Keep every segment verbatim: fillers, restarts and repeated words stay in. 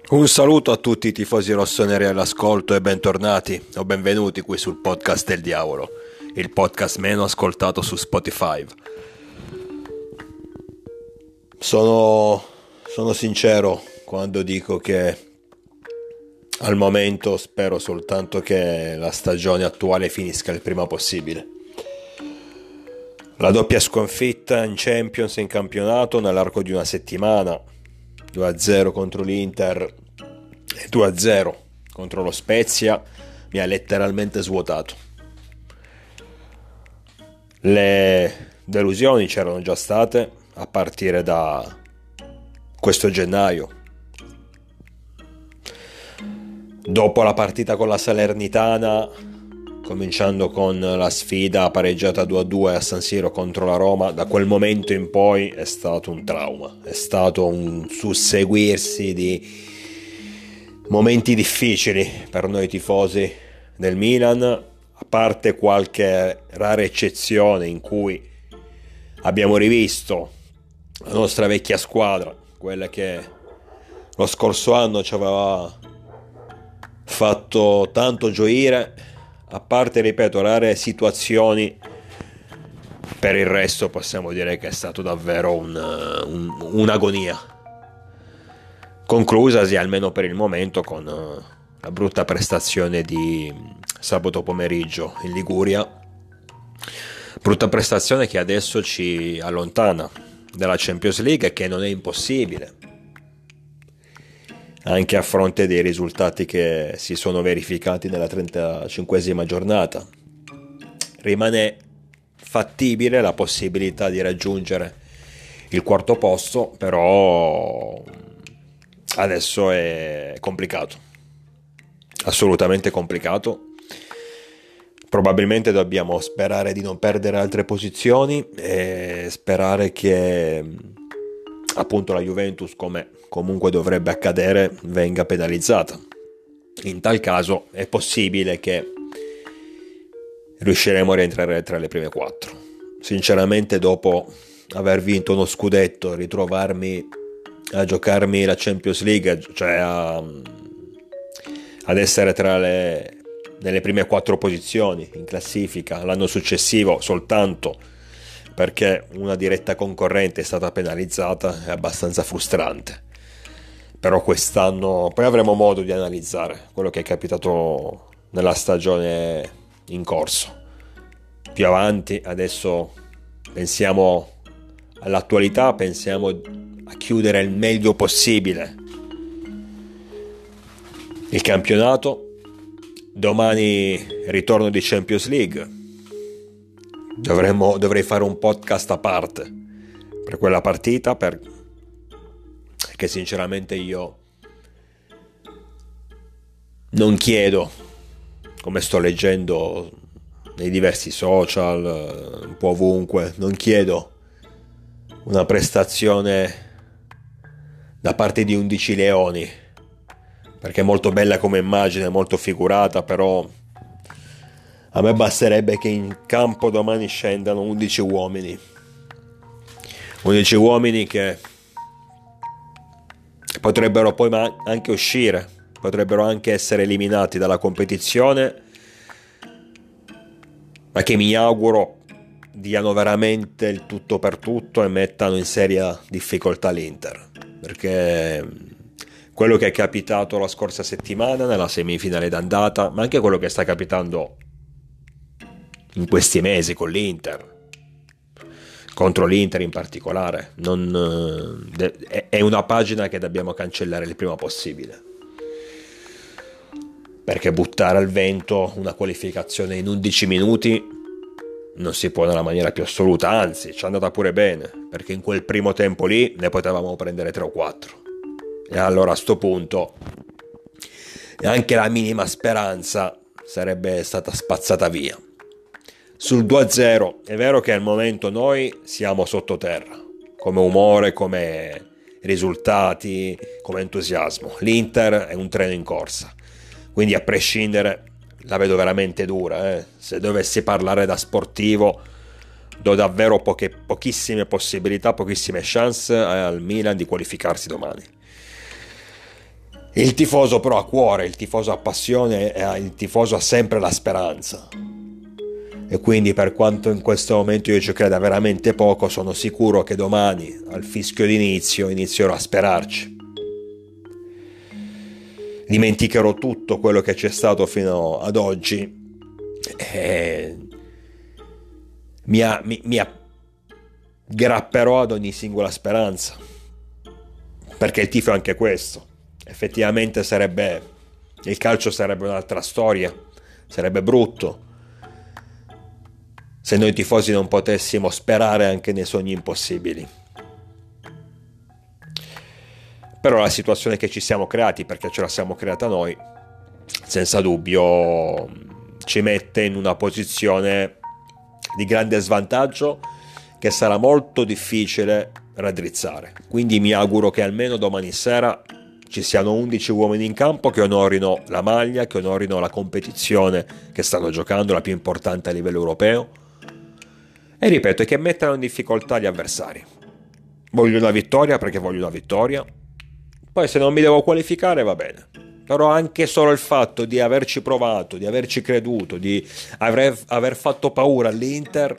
Un saluto a tutti i tifosi rossoneri all'ascolto e bentornati o benvenuti qui sul podcast del diavolo, il podcast meno ascoltato su Spotify. Sono, sono sincero quando dico che al momento spero soltanto che la stagione attuale finisca il prima possibile. La doppia sconfitta in Champions e in campionato nell'arco di una settimana, due a zero contro l'Inter e due a zero contro lo Spezia, mi ha letteralmente svuotato. Le delusioni c'erano già state a partire da questo gennaio. Dopo la partita con la Salernitana, cominciando con la sfida pareggiata due a due a San Siro contro la Roma, da quel momento in poi è stato un trauma, è stato un susseguirsi di momenti difficili per noi tifosi del Milan, a parte qualche rara eccezione in cui abbiamo rivisto la nostra vecchia squadra, quella che lo scorso anno ci aveva fatto tanto gioire. A parte, ripeto, rare situazioni, per il resto possiamo dire che è stato davvero un, un, un'agonia, conclusasi almeno per il momento con la brutta prestazione di sabato pomeriggio in Liguria, brutta prestazione che adesso ci allontana dalla Champions League e che non è impossibile, anche a fronte dei risultati che si sono verificati nella trentacinquesima giornata. Rimane fattibile la possibilità di raggiungere il quarto posto, però adesso è complicato, assolutamente complicato. Probabilmente dobbiamo sperare di non perdere altre posizioni e sperare che appunto la Juventus, come comunque dovrebbe accadere, venga penalizzata. In tal caso è possibile che riusciremo a rientrare tra le prime quattro. Sinceramente, dopo aver vinto uno scudetto, ritrovarmi a giocarmi la Champions League, cioè a, ad essere tra le nelle prime quattro posizioni in classifica l'anno successivo soltanto perché una diretta concorrente è stata penalizzata, è abbastanza frustrante. Però quest'anno poi avremo modo di analizzare quello che è capitato nella stagione in corso più avanti. Adesso pensiamo all'attualità, pensiamo a chiudere il meglio possibile il campionato. Domani ritorno di Champions League, Dovremmo, dovrei fare un podcast a parte per quella partita, perché sinceramente io non chiedo, come sto leggendo nei diversi social, un po' ovunque, non chiedo una prestazione da parte di undici leoni, perché è molto bella come immagine, molto figurata, però a me basterebbe che in campo domani scendano undici uomini. undici uomini che potrebbero poi anche uscire, potrebbero anche essere eliminati dalla competizione, ma che mi auguro diano veramente il tutto per tutto e mettano in seria difficoltà l'Inter, perché quello che è capitato la scorsa settimana nella semifinale d'andata, ma anche quello che sta capitando in questi mesi con l'Inter, contro l'Inter in particolare, non, è una pagina che dobbiamo cancellare il prima possibile, perché buttare al vento una qualificazione in undici minuti non si può nella maniera più assoluta, anzi ci è andata pure bene, perché in quel primo tempo lì ne potevamo prendere tre o quattro, e allora a sto punto anche la minima speranza sarebbe stata spazzata via. Sul due a zero è vero che al momento noi siamo sottoterra come umore, come risultati, come entusiasmo. L'Inter è un treno in corsa, quindi a prescindere la vedo veramente dura, eh. Se dovessi parlare da sportivo do davvero poche, pochissime possibilità, pochissime chance al Milan di qualificarsi domani. Il tifoso però ha cuore, il tifoso ha passione, e il tifoso ha sempre la speranza. E quindi, per quanto in questo momento io ci creda veramente poco, sono sicuro che domani, al fischio d'inizio, inizierò a sperarci. Dimenticherò tutto quello che c'è stato fino ad oggi e mi, a, mi, mi aggrapperò ad ogni singola speranza, perché il tifo è anche questo. Effettivamente sarebbe, il calcio sarebbe un'altra storia, sarebbe brutto se noi tifosi non potessimo sperare anche nei sogni impossibili. Però la situazione che ci siamo creati, perché ce la siamo creata noi, senza dubbio ci mette in una posizione di grande svantaggio che sarà molto difficile raddrizzare. Quindi mi auguro che almeno domani sera ci siano undici uomini in campo che onorino la maglia, che onorino la competizione che stanno giocando, la più importante a livello europeo, e ripeto, che mettano in difficoltà gli avversari. Voglio una vittoria perché voglio una vittoria. Poi se non mi devo qualificare va bene, però anche solo il fatto di averci provato, di averci creduto, di aver, aver fatto paura all'Inter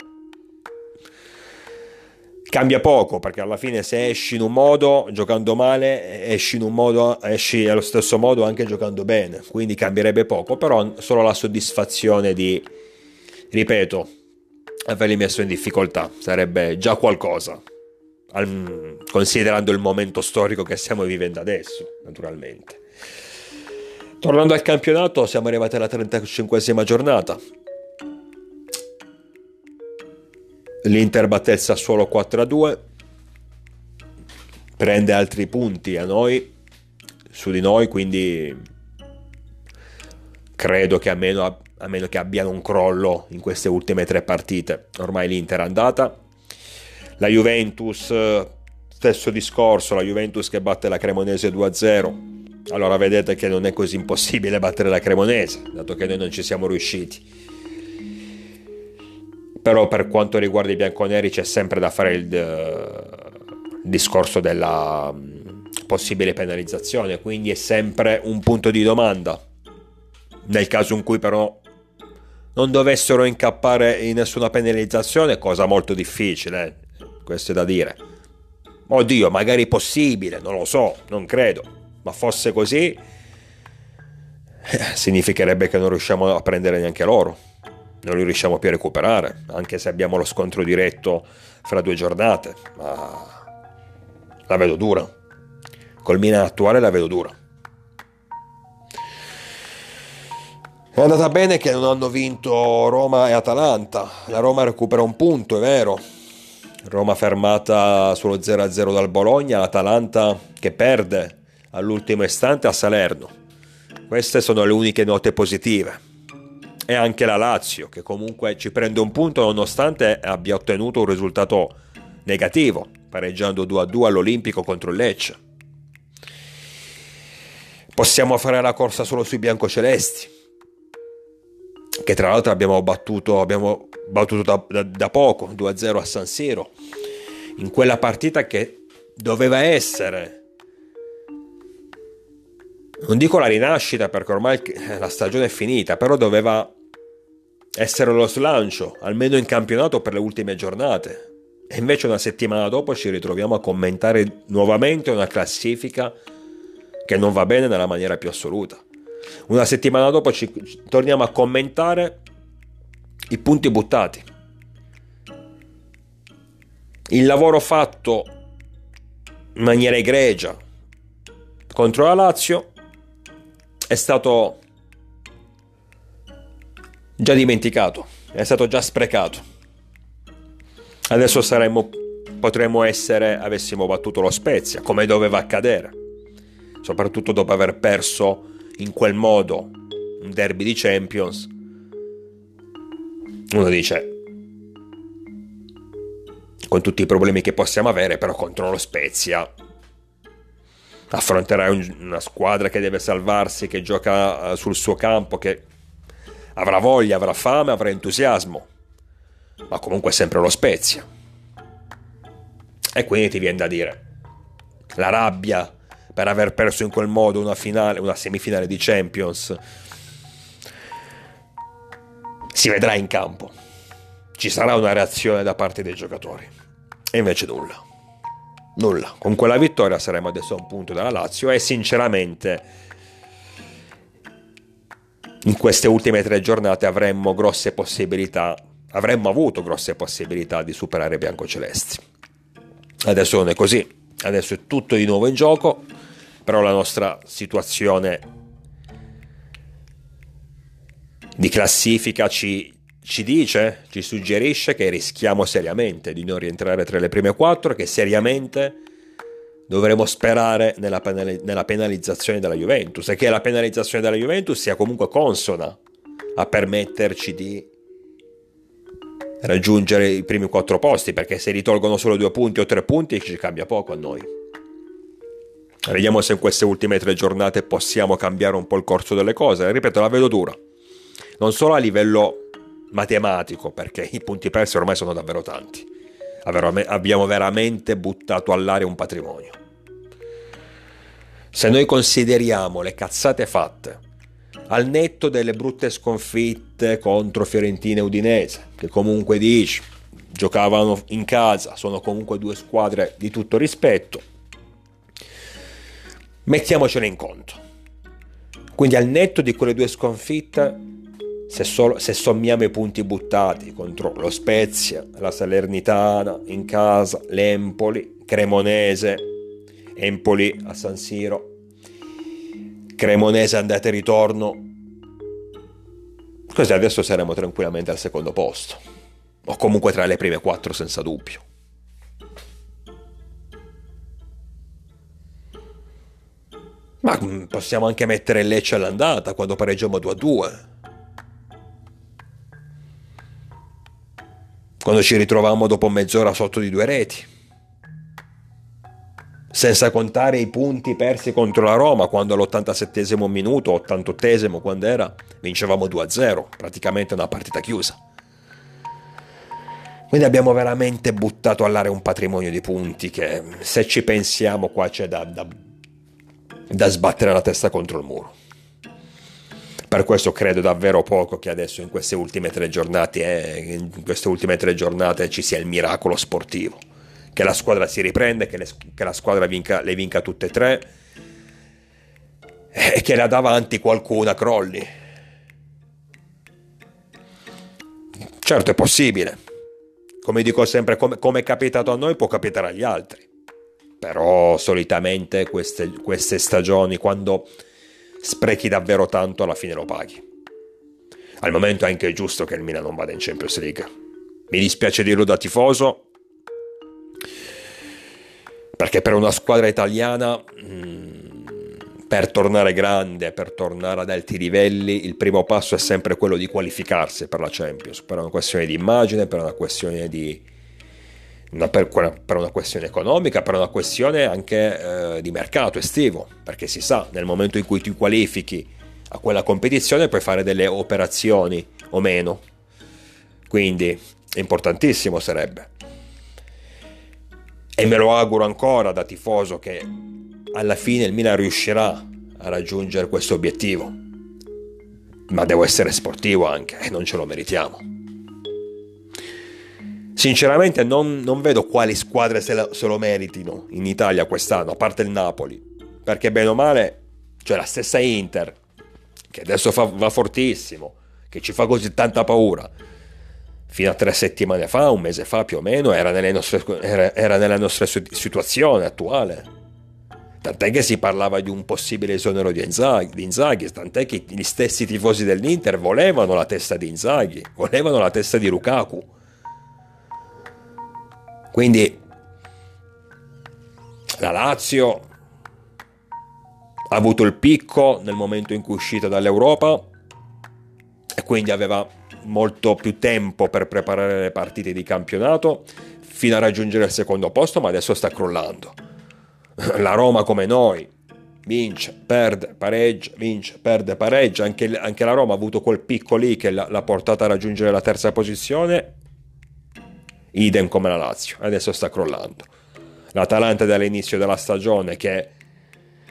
cambia poco, perché alla fine se esci in un modo giocando male, esci in un modo, esci allo stesso modo anche giocando bene, quindi cambierebbe poco, però solo la soddisfazione di, ripeto, averli messo in difficoltà sarebbe già qualcosa, considerando il momento storico che stiamo vivendo adesso, naturalmente. Tornando al campionato, siamo arrivati alla trentacinquesima giornata. L'Inter batte il Sassuolo quattro a due, prende altri punti a noi, su di noi, quindi credo che a meno, a meno che abbiano un crollo in queste ultime tre partite, ormai l'Inter è andata. La Juventus, stesso discorso, la Juventus che batte la Cremonese due a zero. Allora vedete che non è così impossibile battere la Cremonese, dato che noi non ci siamo riusciti. Però per quanto riguarda i bianconeri c'è sempre da fare il, il discorso della possibile penalizzazione, quindi è sempre un punto di domanda. Nel caso in cui però non dovessero incappare in nessuna penalizzazione, cosa molto difficile, eh? Questo è da dire. Oddio, magari possibile, non lo so, non credo, ma fosse così eh, significherebbe che non riusciamo a prendere neanche loro, non li riusciamo più a recuperare, anche se abbiamo lo scontro diretto fra due giornate, ma la vedo dura, col Milan attuale la vedo dura. È andata bene che non hanno vinto Roma e Atalanta, la Roma recupera un punto, è vero, Roma fermata sullo zero a zero dal Bologna, Atalanta che perde all'ultimo istante a Salerno. Queste sono le uniche note positive. E anche la Lazio, che comunque ci prende un punto nonostante abbia ottenuto un risultato negativo, pareggiando due a due all'Olimpico contro il Lecce. Possiamo fare la corsa solo sui biancocelesti, che tra l'altro abbiamo battuto, abbiamo battuto da, da, da poco, due a zero a San Siro, in quella partita che doveva essere, non dico la rinascita perché ormai la stagione è finita, però doveva essere lo slancio, almeno in campionato per le ultime giornate. E invece una settimana dopo ci ritroviamo a commentare nuovamente una classifica che non va bene nella maniera più assoluta. Una settimana dopo ci torniamo a commentare i punti buttati, il lavoro fatto in maniera egregia contro la Lazio è stato già dimenticato, è stato già sprecato. Adesso saremmo, potremmo essere, avessimo battuto lo Spezia, come doveva accadere, soprattutto dopo aver perso in quel modo un derby di Champions. Uno dice, con tutti i problemi che possiamo avere, però contro lo Spezia affronterai una squadra che deve salvarsi, che gioca sul suo campo, che avrà voglia, avrà fame, avrà entusiasmo, ma comunque sempre lo Spezia. E quindi ti viene da dire, la rabbia per aver perso in quel modo una finale, una semifinale di Champions. Si vedrà in campo, ci sarà una reazione da parte dei giocatori, e invece nulla, nulla. Con quella vittoria saremo adesso a un punto dalla Lazio, e sinceramente in queste ultime tre giornate avremmo grosse possibilità, avremmo avuto grosse possibilità di superare i biancocelesti. Adesso non è così, adesso è tutto di nuovo in gioco, però la nostra situazione di classifica ci, ci dice, ci suggerisce che rischiamo seriamente di non rientrare tra le prime quattro, che seriamente dovremo sperare nella, penali- nella penalizzazione della Juventus, e che la penalizzazione della Juventus sia comunque consona a permetterci di raggiungere i primi quattro posti, perché se ritolgono solo due punti o tre punti ci cambia poco a noi. Vediamo se in queste ultime tre giornate possiamo cambiare un po' il corso delle cose. Ripeto, la vedo dura, non solo a livello matematico, perché i punti persi ormai sono davvero tanti, abbiamo veramente buttato all'aria un patrimonio. Se noi consideriamo le cazzate fatte, al netto delle brutte sconfitte contro Fiorentina e Udinese, che comunque dici giocavano in casa, sono comunque due squadre di tutto rispetto, mettiamocene in conto. Quindi al netto di quelle due sconfitte, se, solo, se sommiamo i punti buttati contro lo Spezia, la Salernitana in casa, l'Empoli, Cremonese, Empoli a San Siro, Cremonese andata e ritorno, così adesso saremo tranquillamente al secondo posto, o comunque tra le prime quattro senza dubbio. Ma possiamo anche mettere il Lecce all'andata quando pareggiamo due a due, quando ci ritrovammo dopo mezz'ora sotto di due reti, senza contare i punti persi contro la Roma, quando all'ottantasettesimo minuto, ottantottesimo quando era, vincevamo due a zero, praticamente una partita chiusa. Quindi abbiamo veramente buttato all'aria un patrimonio di punti che, se ci pensiamo, qua c'è da, da, da sbattere la testa contro il muro. Per questo credo davvero poco che adesso in queste ultime tre giornate, eh, in queste ultime tre giornate ci sia il miracolo sportivo, che la squadra si riprende, che, le, che la squadra vinca, le vinca tutte e tre, e che là davanti qualcuna crolli. Certo, è possibile, come dico sempre, come, come è capitato a noi può capitare agli altri, però solitamente queste, queste stagioni, quando sprechi davvero tanto, alla fine lo paghi. Al momento è anche giusto che il Milan non vada in Champions League, mi dispiace dirlo da tifoso, perché per una squadra italiana, mh, per tornare grande, per tornare ad alti livelli, il primo passo è sempre quello di qualificarsi per la Champions, per una questione di immagine, per una questione di una, per, per una questione economica, per una questione anche eh, di mercato estivo, perché si sa, nel momento in cui ti qualifichi a quella competizione puoi fare delle operazioni o meno, quindi importantissimo sarebbe. E me lo auguro ancora da tifoso che alla fine il Milan riuscirà a raggiungere questo obiettivo, ma devo essere sportivo anche, e non ce lo meritiamo. Sinceramente non, non vedo quali squadre se, la, se lo meritino in Italia quest'anno, a parte il Napoli, perché bene o male c'è la stessa Inter, che adesso fa, va fortissimo, che ci fa così tanta paura. Fino a tre settimane fa, un mese fa più o meno, era, nelle nostre, era, era nella nostra situazione attuale. Tant'è che si parlava di un possibile esonero di Inzaghi, di Inzaghi, tant'è che gli stessi tifosi dell'Inter volevano la testa di Inzaghi, volevano la testa di Lukaku. Quindi la Lazio ha avuto il picco nel momento in cui è uscita dall'Europa e quindi aveva molto più tempo per preparare le partite di campionato fino a raggiungere il secondo posto, ma adesso sta crollando. La Roma, come noi, vince, perde, pareggia, vince, perde, pareggia. Anche, anche la Roma ha avuto quel picco lì che l'ha portata a raggiungere la terza posizione, idem come la Lazio, adesso sta crollando. L'Atalanta dall'inizio della stagione, che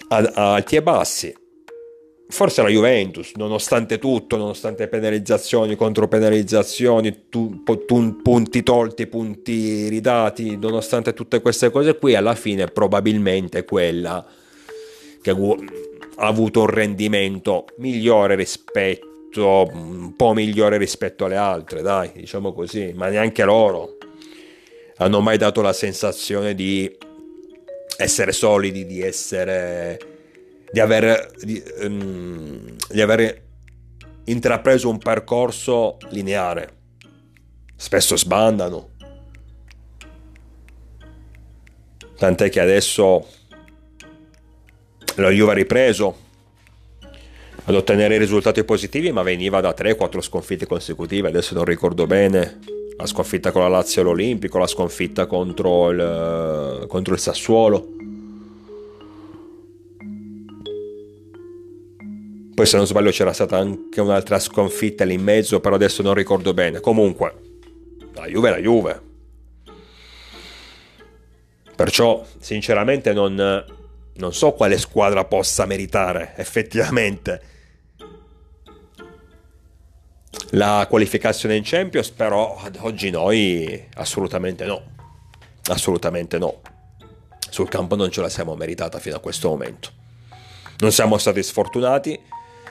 ad- alti e bassi. Forse la Juventus, nonostante tutto, nonostante penalizzazioni, contropenalizzazioni, tu, po- tu- punti tolti, punti ridati, nonostante tutte queste cose qui, alla fine probabilmente è quella che gu- ha avuto un rendimento migliore rispetto, un po' migliore rispetto alle altre, dai, diciamo così, ma neanche loro hanno mai dato la sensazione di essere solidi, di essere di aver di, um, di aver intrapreso un percorso lineare. Spesso sbandano, tant'è che adesso la Juve ha ripreso ad ottenere risultati positivi, ma veniva da tre quattro sconfitte consecutive, adesso non ricordo bene, la sconfitta con la Lazio all'Olimpico, la sconfitta contro il, contro il Sassuolo. Poi se non sbaglio c'era stata anche un'altra sconfitta lì in mezzo, però adesso non ricordo bene. Comunque, la Juve è la Juve. Perciò, sinceramente, non, non so quale squadra possa meritare effettivamente la qualificazione in Champions, però ad oggi noi assolutamente no. Assolutamente no. Sul campo non ce la siamo meritata fino a questo momento. Non siamo stati sfortunati,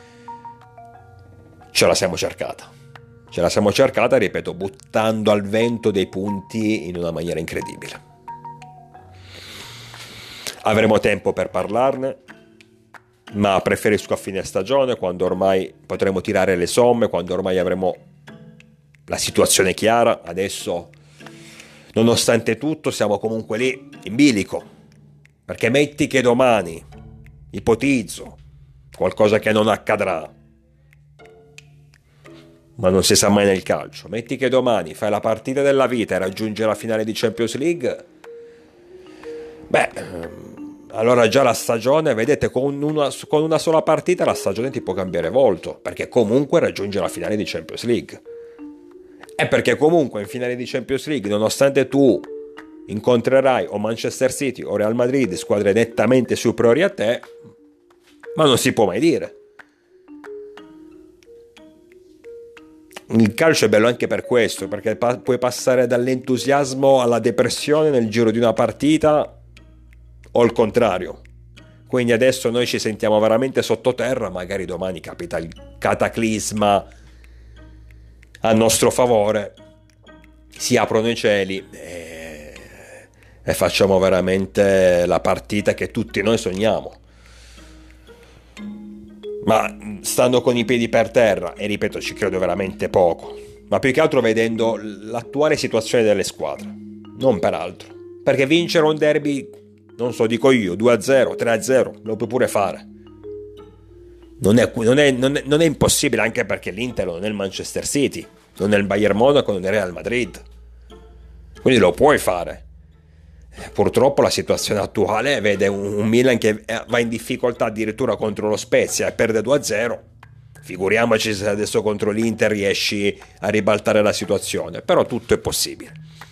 ce la siamo cercata. Ce la siamo cercata, ripeto, buttando al vento dei punti in una maniera incredibile. Avremo tempo per parlarne, ma preferisco a fine stagione, quando ormai potremo tirare le somme, quando ormai avremo la situazione chiara. Adesso, nonostante tutto, siamo comunque lì in bilico, perché metti che domani, ipotizzo, qualcosa che non accadrà, ma non si sa mai nel calcio, metti che domani fai la partita della vita e raggiungi la finale di Champions League, beh, allora già la stagione, vedete, con una, con una sola partita la stagione ti può cambiare volto, perché comunque raggiunge la finale di Champions League. E perché comunque in finale di Champions League, nonostante tu incontrerai o Manchester City o Real Madrid, squadre nettamente superiori a te, ma non si può mai dire. Il calcio è bello anche per questo, perché pa- puoi passare dall'entusiasmo alla depressione nel giro di una partita, o il contrario. Quindi adesso noi ci sentiamo veramente sottoterra, magari domani capita il cataclisma a nostro favore, si aprono i cieli e, e facciamo veramente la partita che tutti noi sogniamo. Ma stando con i piedi per terra, e ripeto, ci credo veramente poco, ma più che altro vedendo l'attuale situazione delle squadre, non per altro. Perché vincere un derby, non so, dico io, due a zero, tre a zero, lo puoi pure fare. Non è, non, è, non, è, non è impossibile, anche perché l'Inter non è il Manchester City, non è il Bayern Monaco, non è il Real Madrid. Quindi lo puoi fare. Purtroppo la situazione attuale vede un Milan che va in difficoltà addirittura contro lo Spezia e perde due a zero. Figuriamoci se adesso contro l'Inter riesci a ribaltare la situazione, però tutto è possibile.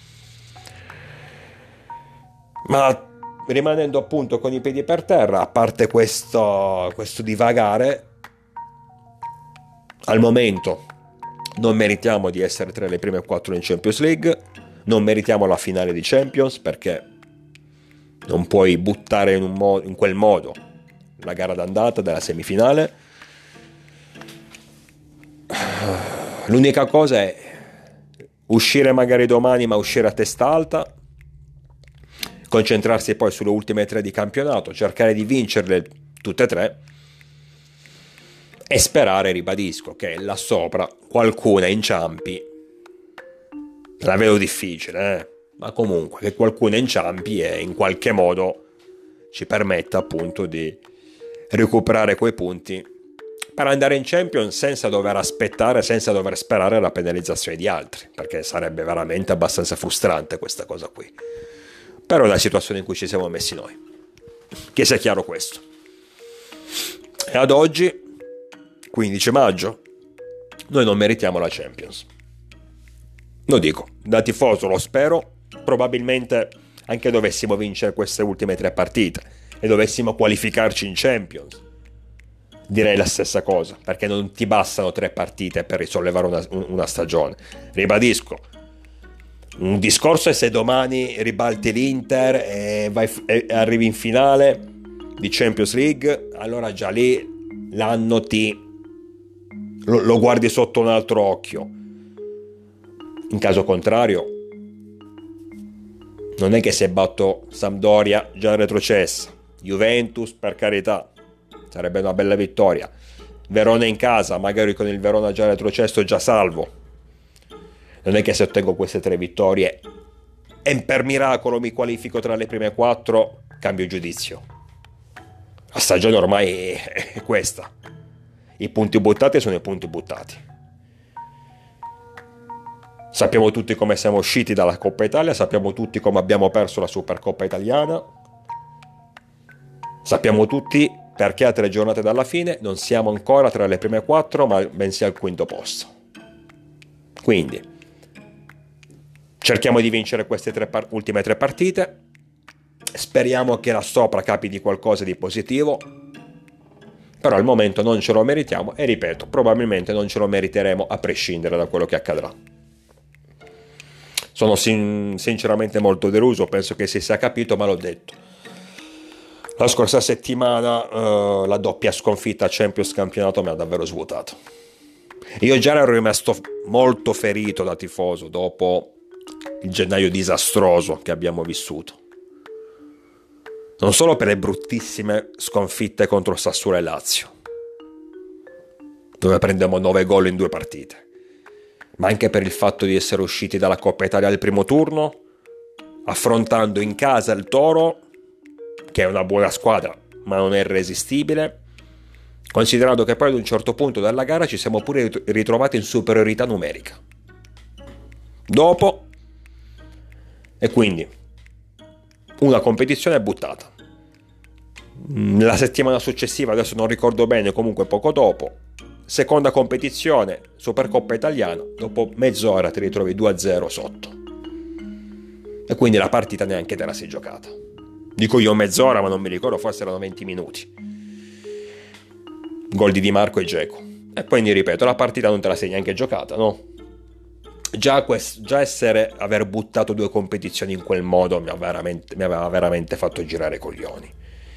Ma rimanendo appunto con i piedi per terra, a parte questo, questo divagare, al momento non meritiamo di essere tra le prime quattro in Champions League, non meritiamo la finale di Champions, perché non puoi buttare in, un mo- in quel modo la gara d'andata della semifinale. L'unica cosa è uscire magari domani, ma uscire a testa alta, concentrarsi poi sulle ultime tre di campionato, cercare di vincerle tutte e tre e sperare, ribadisco, che là sopra qualcuna inciampi. La vedo difficile, eh? Ma comunque che qualcuno inciampi e in qualche modo ci permetta appunto di recuperare quei punti per andare in Champions senza dover aspettare, senza dover sperare la penalizzazione di altri, perché sarebbe veramente abbastanza frustrante questa cosa qui. Però è la situazione in cui ci siamo messi noi, che sia chiaro questo. E ad oggi, quindici maggio, noi non meritiamo la Champions. Lo dico, da tifoso lo spero, probabilmente anche dovessimo vincere queste ultime tre partite, e dovessimo qualificarci in Champions, direi la stessa cosa, perché non ti bastano tre partite per risollevare una, una stagione. Ribadisco, un discorso è se domani ribalti l'Inter e, vai, e arrivi in finale di Champions League, allora già lì l'anno ti lo, lo guardi sotto un altro occhio. In caso contrario, non è che se batto Sampdoria già retrocessa, Juventus per carità, sarebbe una bella vittoria, Verona in casa, magari con il Verona già retrocesso, già salvo. Non è che se ottengo queste tre vittorie e per miracolo mi qualifico tra le prime quattro, cambio giudizio. La stagione ormai è questa. I punti buttati sono i punti buttati. Sappiamo tutti come siamo usciti dalla Coppa Italia, sappiamo tutti come abbiamo perso la Supercoppa italiana, sappiamo tutti perché a tre giornate dalla fine non siamo ancora tra le prime quattro, ma bensì al quinto posto. Quindi cerchiamo di vincere queste tre par- ultime tre partite, speriamo che là sopra capiti qualcosa di positivo, però al momento non ce lo meritiamo e ripeto, probabilmente non ce lo meriteremo a prescindere da quello che accadrà. Sono sin- sinceramente molto deluso, penso che si sia capito, ma l'ho detto. La scorsa settimana uh, la doppia sconfitta a Champions campionato mi ha davvero svuotato. Io già ero rimasto molto ferito da tifoso dopo il gennaio disastroso che abbiamo vissuto. Non solo per le bruttissime sconfitte contro Sassuolo e Lazio, dove prendiamo nove gol in due partite, ma anche per il fatto di essere usciti dalla Coppa Italia al primo turno, affrontando in casa il Toro, che è una buona squadra, ma non è irresistibile, considerato che poi ad un certo punto della gara ci siamo pure ritrovati in superiorità numerica. Dopo, e quindi, una competizione buttata. La settimana successiva, adesso non ricordo bene, comunque poco dopo, seconda competizione, Supercoppa italiana, dopo mezz'ora ti ritrovi due a zero sotto. E quindi la partita neanche te la sei giocata. Dico io mezz'ora, ma non mi ricordo, forse erano venti minuti. Gol di Di Marco e Dzeko. E poi mi ripeto, la partita non te la sei neanche giocata, no? Già, quest- già essere, aver buttato due competizioni in quel modo mi, veramente, mi aveva veramente fatto girare i coglioni.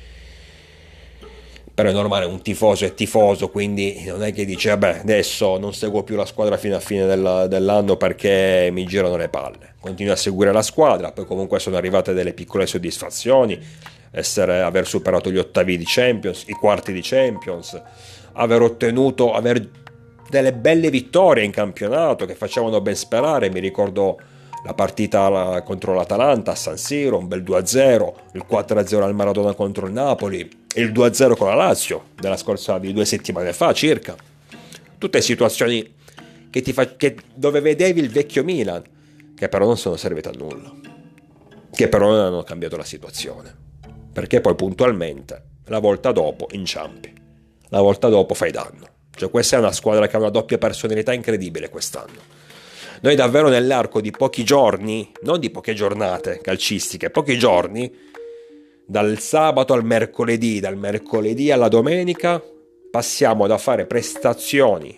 Però è normale, un tifoso è tifoso, quindi non è che dice vabbè adesso non seguo più la squadra fino a fine della, dell'anno perché mi girano le palle. Continuo a seguire la squadra, poi comunque sono arrivate delle piccole soddisfazioni, essere, aver superato gli ottavi di Champions, i quarti di Champions, aver ottenuto aver delle belle vittorie in campionato che facevano ben sperare. Mi ricordo la partita contro l'Atalanta a San Siro, un bel due a zero, il quattro a zero al Maradona contro il Napoli, il due a zero con la Lazio della scorsa di due settimane fa circa. Tutte situazioni che ti fa, che, dove vedevi il vecchio Milan, che però non sono servite a nulla, che però non hanno cambiato la situazione, perché poi puntualmente la volta dopo inciampi, la volta dopo fai danno. Cioè questa è una squadra che ha una doppia personalità incredibile quest'anno. Noi davvero nell'arco di pochi giorni, non di poche giornate calcistiche, pochi giorni, dal sabato al mercoledì, dal mercoledì alla domenica, passiamo da fare prestazioni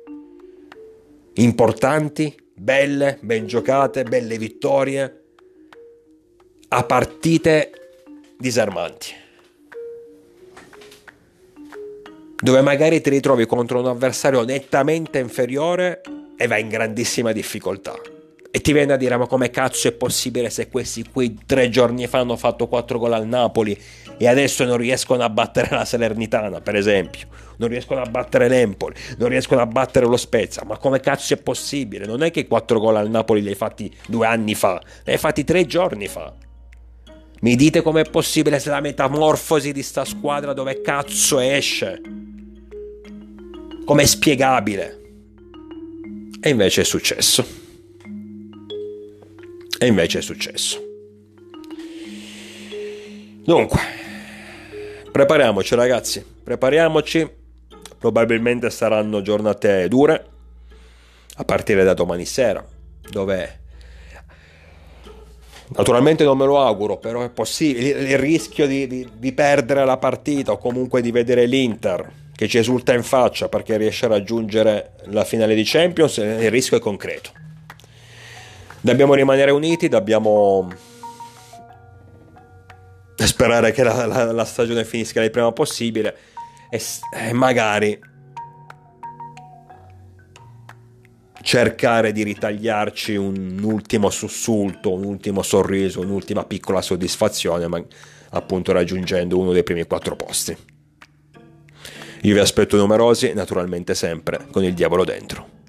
importanti, belle, ben giocate, belle vittorie, a partite disarmanti, dove magari ti ritrovi contro un avversario nettamente inferiore e vai in grandissima difficoltà. E ti viene a dire ma come cazzo è possibile se questi qui tre giorni fa hanno fatto quattro gol al Napoli e adesso non riescono a battere la Salernitana, per esempio, non riescono a battere l'Empoli, non riescono a battere lo Spezia, ma come cazzo è possibile? Non è che i quattro gol al Napoli li hai fatti due anni fa, li hai fatti tre giorni fa. Mi dite com'è possibile se la metamorfosi di sta squadra dove cazzo esce? Com'è spiegabile? E invece è successo. E invece è successo. Dunque, prepariamoci ragazzi, prepariamoci. Probabilmente saranno giornate dure, a partire da domani sera, dove Naturalmente non me lo auguro, però è possibile. Il, il rischio di, di, di perdere la partita o comunque di vedere l'Inter che ci esulta in faccia perché riesce a raggiungere la finale di Champions, il rischio è concreto. Dobbiamo rimanere uniti, dobbiamo sperare che la, la, la stagione finisca il prima possibile e, e magari cercare di ritagliarci un ultimo sussulto, un ultimo sorriso, un'ultima piccola soddisfazione, ma appunto raggiungendo uno dei primi quattro posti. Io vi aspetto numerosi, naturalmente sempre con il diavolo dentro.